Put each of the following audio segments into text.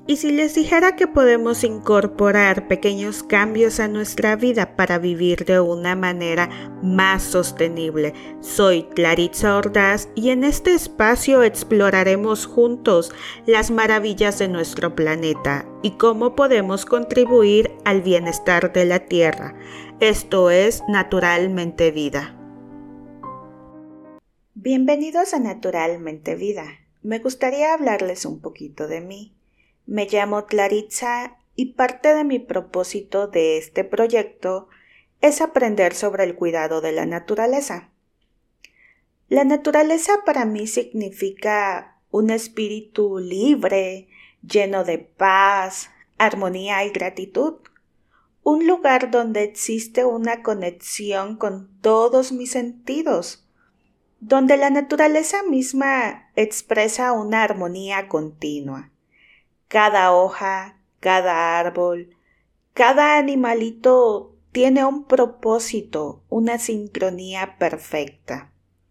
¿Y si les dijera que podemos incorporar pequeños cambios a nuestra vida para vivir de una manera más sostenible? Soy Claritza Ordaz y en este espacio exploraremos juntos las maravillas de nuestro planeta y cómo podemos contribuir al bienestar de la Tierra. Esto es Naturalmente Vida. Bienvenidos a Naturalmente Vida. Me gustaría hablarles un poquito de mí. Me llamo Claritza y parte de mi propósito de este proyecto es aprender sobre el cuidado de la naturaleza. La naturaleza para mí significa un espíritu libre, lleno de paz, armonía y gratitud. Un lugar donde existe una conexión con todos mis sentidos, donde la naturaleza misma expresa una armonía continua. Cada hoja, cada árbol, cada animalito tiene un propósito, una sincronía perfecta.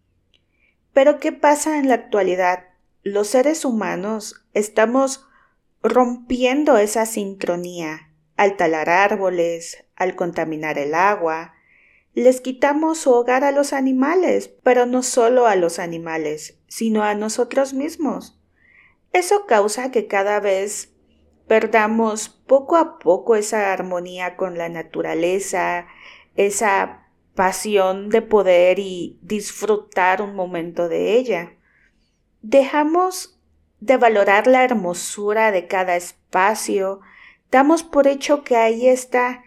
Pero ¿qué pasa en la actualidad? Los seres humanos estamos rompiendo esa sincronía al talar árboles, al contaminar el agua. Les quitamos su hogar a los animales, pero no solo a los animales, sino a nosotros mismos. Eso causa que cada vez perdamos poco a poco esa armonía con la naturaleza, esa pasión de poder y disfrutar un momento de ella. Dejamos de valorar la hermosura de cada espacio, damos por hecho que ahí está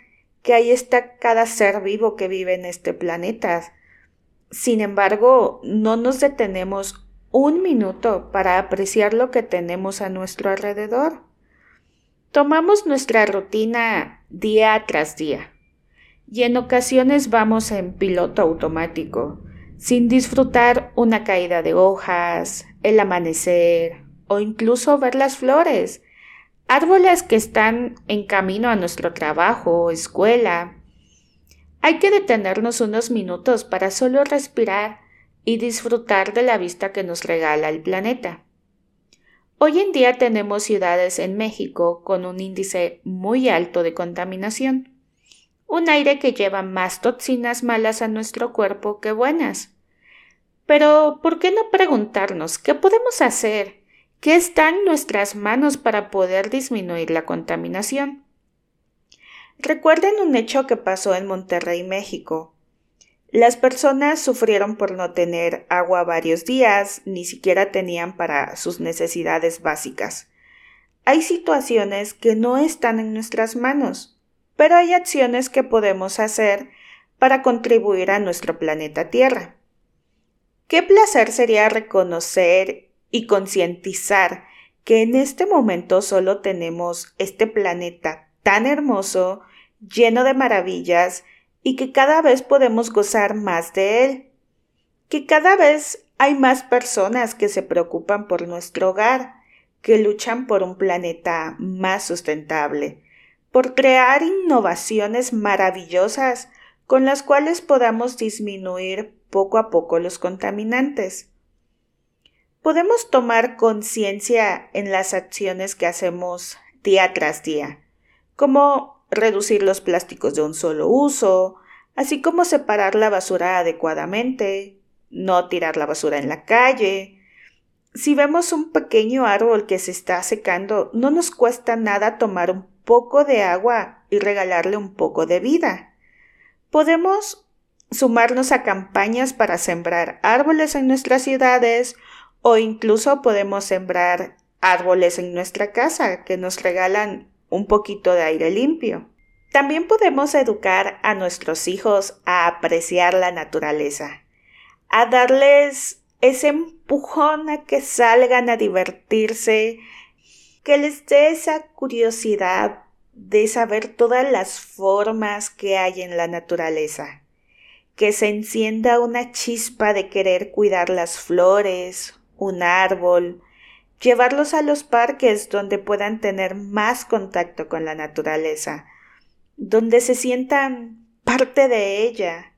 cada ser vivo que vive en este planeta. Sin embargo, no nos detenemos un minuto para apreciar lo que tenemos a nuestro alrededor. Tomamos nuestra rutina día tras día y en ocasiones vamos en piloto automático, sin disfrutar una caída de hojas, el amanecer o incluso ver las flores, árboles que están en camino a nuestro trabajo o escuela. Hay que detenernos unos minutos para solo respirar y disfrutar de la vista que nos regala el planeta. Hoy en día tenemos ciudades en México con un índice muy alto de contaminación, un aire que lleva más toxinas malas a nuestro cuerpo que buenas. Pero, ¿por qué no preguntarnos qué podemos hacer? ¿Qué está en nuestras manos para poder disminuir la contaminación? Recuerden un hecho que pasó en Monterrey, México. Las personas sufrieron por no tener agua varios días, ni siquiera tenían para sus necesidades básicas. Hay situaciones que no están en nuestras manos, pero hay acciones que podemos hacer para contribuir a nuestro planeta Tierra. Qué placer sería reconocer y concientizar que en este momento solo tenemos este planeta tan hermoso, lleno de maravillas, y que cada vez podemos gozar más de él, que cada vez hay más personas que se preocupan por nuestro hogar, que luchan por un planeta más sustentable, por crear innovaciones maravillosas con las cuales podamos disminuir poco a poco los contaminantes. Podemos tomar conciencia en las acciones que hacemos día tras día, como reducir los plásticos de un solo uso, así como separar la basura adecuadamente, no tirar la basura en la calle. Si vemos un pequeño árbol que se está secando, no nos cuesta nada tomar un poco de agua y regalarle un poco de vida. Podemos sumarnos a campañas para sembrar árboles en nuestras ciudades o incluso podemos sembrar árboles en nuestra casa que nos regalan un poquito de aire limpio. También podemos educar a nuestros hijos a apreciar la naturaleza, a darles ese empujón a que salgan a divertirse, que les dé esa curiosidad de saber todas las formas que hay en la naturaleza, que se encienda una chispa de querer cuidar las flores, un árbol, llevarlos a los parques donde puedan tener más contacto con la naturaleza, donde se sientan parte de ella.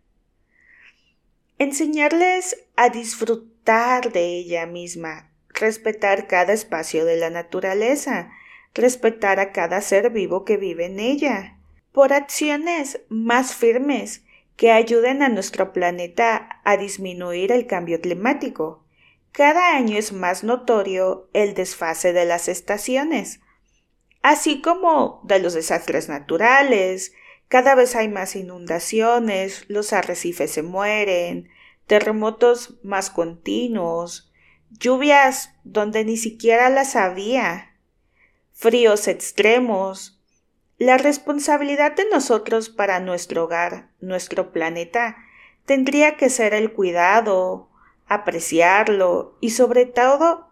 Enseñarles a disfrutar de ella misma, respetar cada espacio de la naturaleza, respetar a cada ser vivo que vive en ella, por acciones más firmes que ayuden a nuestro planeta a disminuir el cambio climático. Cada año es más notorio el desfase de las estaciones, así como de los desastres naturales. Cada vez hay más inundaciones, los arrecifes se mueren, terremotos más continuos, lluvias donde ni siquiera las había, fríos extremos. La responsabilidad de nosotros para nuestro hogar, nuestro planeta, tendría que ser el cuidado, apreciarlo y sobre todo,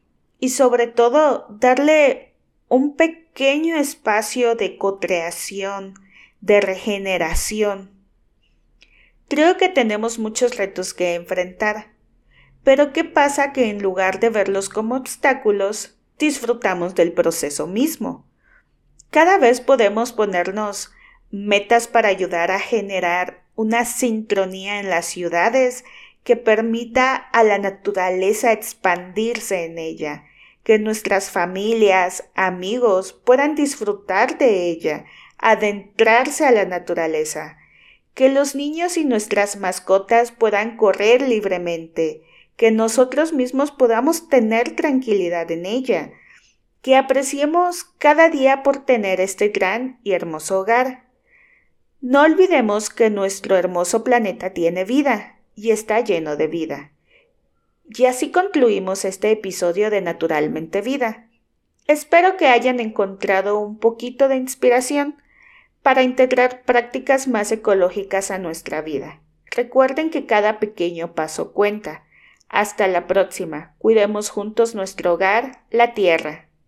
darle un pequeño espacio de co-creación, de regeneración. Creo que tenemos muchos retos que enfrentar, pero ¿qué pasa que en lugar de verlos como obstáculos, disfrutamos del proceso mismo? Cada vez podemos ponernos metas para ayudar a generar una sincronía en las ciudades que permita a la naturaleza expandirse en ella, que nuestras familias, amigos puedan disfrutar de ella, adentrarse a la naturaleza, que los niños y nuestras mascotas puedan correr libremente, que nosotros mismos podamos tener tranquilidad en ella, que apreciemos cada día por tener este gran y hermoso hogar. No olvidemos que nuestro hermoso planeta tiene vida y está lleno de vida. Y así concluimos este episodio de Naturalmente Vida. Espero que hayan encontrado un poquito de inspiración para integrar prácticas más ecológicas a nuestra vida. Recuerden que cada pequeño paso cuenta. Hasta la próxima. Cuidemos juntos nuestro hogar, la tierra.